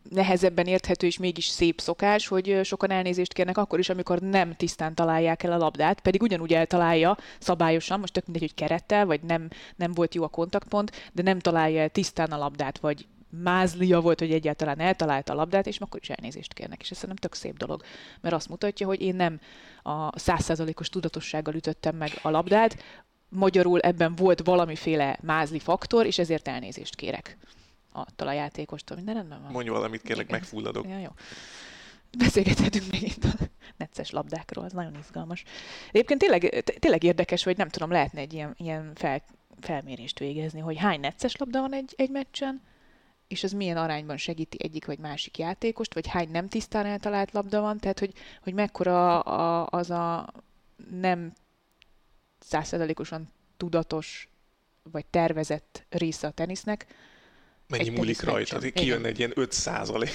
nehezebben érthető és mégis szép szokás, hogy sokan elnézést kérnek akkor is, amikor nem tisztán találják el a labdát, pedig ugyanúgy eltalálja szabályosan, most tök mindegy, hogy kerettel, vagy nem, nem volt jó a kontaktpont, de nem találja el tisztán a labdát, vagy mázlia volt, hogy egyáltalán eltalálta a labdát, és akkor is elnézést kérnek. És ez szerintem tök szép dolog, mert azt mutatja, hogy én nem a száz százalékos tudatossággal ütöttem meg a labdát, magyarul ebben volt valamiféle mázli faktor, és ezért elnézést kérek attól a játékostól. Minden rendben van? Mondj valamit, kérlek, Igen. megfulladok. Ja, jó. Beszélgethetünk megint a necces labdákról, ez nagyon izgalmas. Egyébként tényleg, tényleg érdekes, hogy nem tudom, lehetne egy ilyen, ilyen fel, felmérést végezni, hogy hány necces labda van egy, egy meccsen, és az milyen arányban segíti egyik vagy másik játékost, vagy hány nem tisztán eltalált labda van, tehát hogy, hogy mekkora a, az a nem száz százalékosan tudatos, vagy tervezett része a tenisznek. Mennyi múlik rajta? Kijön egy ilyen öt százalék.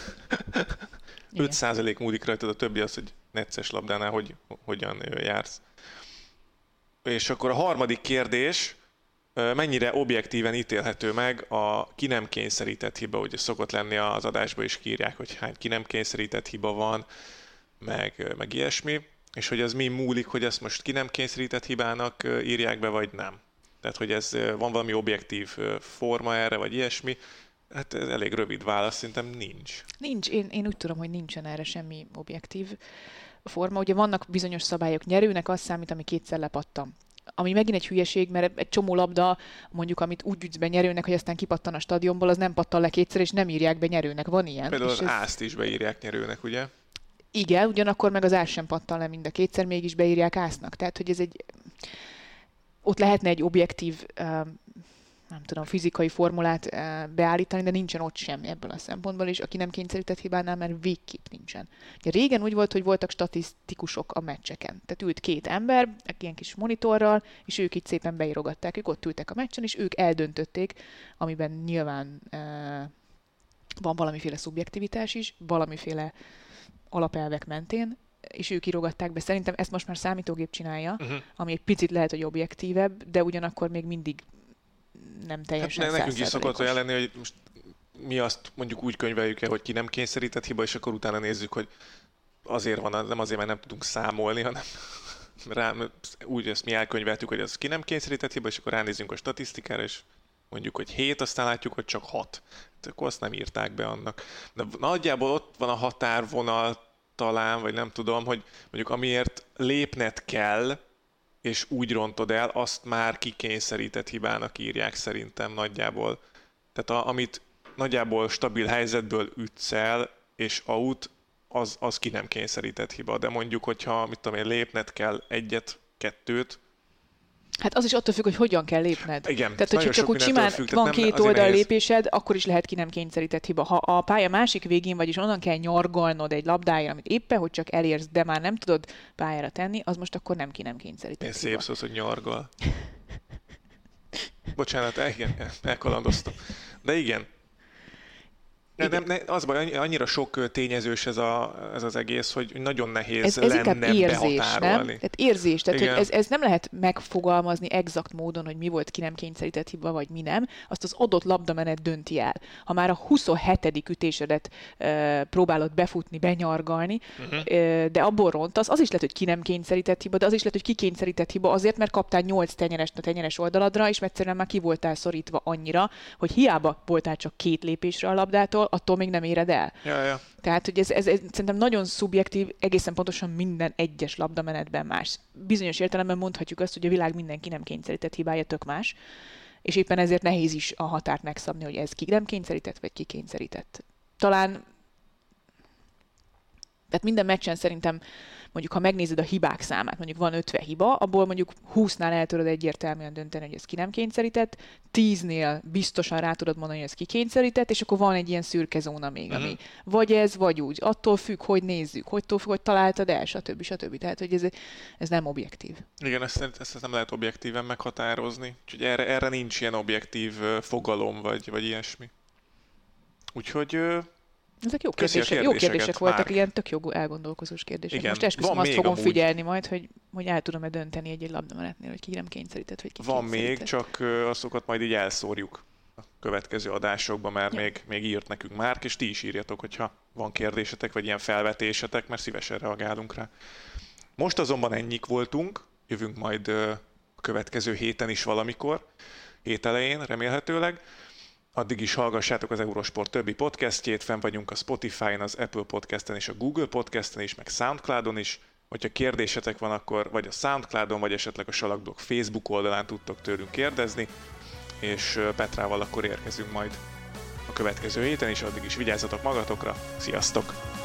öt százalék múlik rajta, a többi az, hogy necces labdánál hogy, hogyan jársz. És akkor a harmadik kérdés, mennyire objektíven ítélhető meg a ki nem kényszerített hiba, ugye szokott lenni az adásban is kiírják, hogy hány ki nem kényszerített hiba van, meg, meg ilyesmi, és hogy ez mi múlik, hogy ezt most ki nem kényszerített hibának írják be, vagy nem. Tehát, hogy ez van valami objektív forma erre, vagy ilyesmi. Hát ez elég rövid válasz, szerintem nincs. Nincs, én, én úgy tudom, hogy nincsen erre semmi objektív forma. Ugye vannak bizonyos szabályok, nyerőnek az számít, ami kétszer lepattam. Ami megint egy hülyeség, mert egy csomó labda, mondjuk, amit úgy ütsz be nyerőnek, hogy aztán kipattan a stadionból, az nem pattan le kétszer, és nem írják be nyerőnek. Van ilyen. Például az ez... ászt is beírják nyerőnek, ugye? Igen, ugyanakkor meg az ász sem pattan le mind a kétszer, mégis beírják ásznak. Tehát, hogy ez egy... Ott lehetne egy objektív, nem tudom, fizikai formulát beállítani, de nincsen ott semmi ebből a szempontból, és aki nem kényszerített hibánál, mert végképp nincsen. Ugye régen úgy volt, hogy voltak statisztikusok a meccseken. Tehát ült két ember, ilyen kis monitorral, és ők itt szépen beírogatták, ők ott ültek a meccsen, és ők eldöntötték, amiben nyilván van valamiféle szubjektivitás is, valamiféle alapelvek mentén, és ők írogatták be. Szerintem ezt most már számítógép csinálja, uh-huh. ami egy picit lehet, hogy objektívebb, de ugyanakkor még mindig nem teljesen hát, nekünk is szokott olyan lenni, hogy most mi azt mondjuk úgy könyveljük el, hogy ki nem kényszerített hiba, és akkor utána nézzük, hogy azért van, nem azért, mert nem tudunk számolni, hanem rá, úgy ezt mi elkönyveltük, hogy az ki nem kényszerített hiba, és akkor ránézzünk a statisztikára, és mondjuk, hogy hét, aztán látjuk, hogy csak hat. Tehát akkor azt nem írták be annak. De nagyjából ott van a határvonal talán, vagy nem tudom, hogy mondjuk amiért lépned kell, és úgy rontod el, azt már kikényszerített hibának írják szerintem nagyjából. Tehát a, amit nagyjából stabil helyzetből ütsz el, és out, az, az ki nem kényszerített hiba. De mondjuk, hogyha mit tudom én, lépned kell egyet, kettőt, hát az is attól függ, hogy hogyan kell lépned. Igen, tehát, hogyha csak úgy simán függ, van két oldal lépésed, akkor is lehet ki nem kényszerített hiba. Ha a pálya másik végén vagy, és onnan kell nyargalnod egy labdáért, amit éppen, hogy csak elérsz, de már nem tudod pályára tenni, az most akkor nem ki nem kényszerített Én hiba. szép szósz, hogy nyargal. Bocsánat, igen, elkalandoztam. De igen. De nem, ne, az baj, annyira sok tényezős ez, a, ez az egész, hogy nagyon nehéz ez, ez lenne érzés, behatárolni. Nem? Tehát érzés, tehát hogy ez, ez nem lehet megfogalmazni exakt módon, hogy mi volt ki nem kényszerített hiba, vagy mi nem. Azt az adott labdamenet dönti el. Ha már a huszonhetedik ütésedet uh, próbálod befutni, benyargalni, uh-huh. uh, de abból rontasz, az is lehet, hogy ki nem kényszerített hiba, de az is lehet, hogy ki kényszerített hiba azért, mert kaptál nyolc tenyerest a tenyeres oldaladra, és egyszerűen már ki voltál szorítva annyira, hogy hiába voltál csak két lépésre a labdától, attól még nem éred el. Ja, ja. Tehát, hogy ez, ez, ez szerintem nagyon szubjektív, egészen pontosan minden egyes labdamenetben más. Bizonyos értelemben mondhatjuk azt, hogy a világ mindenki nem kényszerített hibája tök más, és éppen ezért nehéz is a határt megszabni, hogy ez ki nem kényszerített, vagy ki kényszerített. Talán, tehát minden meccsen szerintem, mondjuk ha megnézed a hibák számát, mondjuk van ötven hiba, abból mondjuk húsznál el tudod egyértelműen dönteni, hogy ez ki nem kényszerített, tíznél biztosan rá tudod mondani, hogy ez ki kényszerített, és akkor van egy ilyen szürke zóna még, uh-huh. ami vagy ez, vagy úgy. Attól függ, hogy nézzük, hogytól függ, hogy találtad el, stb. stb. Tehát, hogy ez, ez nem objektív. Igen, ezt, ezt nem lehet objektíven meghatározni. Úgyhogy erre, erre nincs ilyen objektív fogalom, vagy, vagy ilyesmi. Úgyhogy... Ezek jó kérdések, jó kérdések voltak, már. Ilyen tök jó elgondolkozós kérdések. Igen. Most esküszöm, azt fogom amúgy... figyelni majd, hogy, hogy el tudom-e dönteni egy-egy labdamenetnél, hogy ki nem kényszerített, vagy ki Van kényszerített. még, csak azokat majd így elszórjuk. a következő adásokban, mert ja. még, még írt nekünk Márk, és ti is írjatok, hogyha van kérdésetek, vagy ilyen felvetésetek, mert szívesen reagálunk rá. Most azonban ennyik voltunk, jövünk majd a következő héten is valamikor, hét elején remélhetőleg. Addig is hallgassátok az Eurosport többi podcastjét, fenn vagyunk a Spotify-on, az Apple Podcasten és a Google Podcasten is, meg Soundcloudon is. Hogyha kérdésetek van, akkor vagy a Soundcloudon, vagy esetleg a Salakblog Facebook oldalán tudtok tőlünk kérdezni, és Petrával akkor érkezünk majd a következő héten is, addig is vigyázzatok magatokra, sziasztok!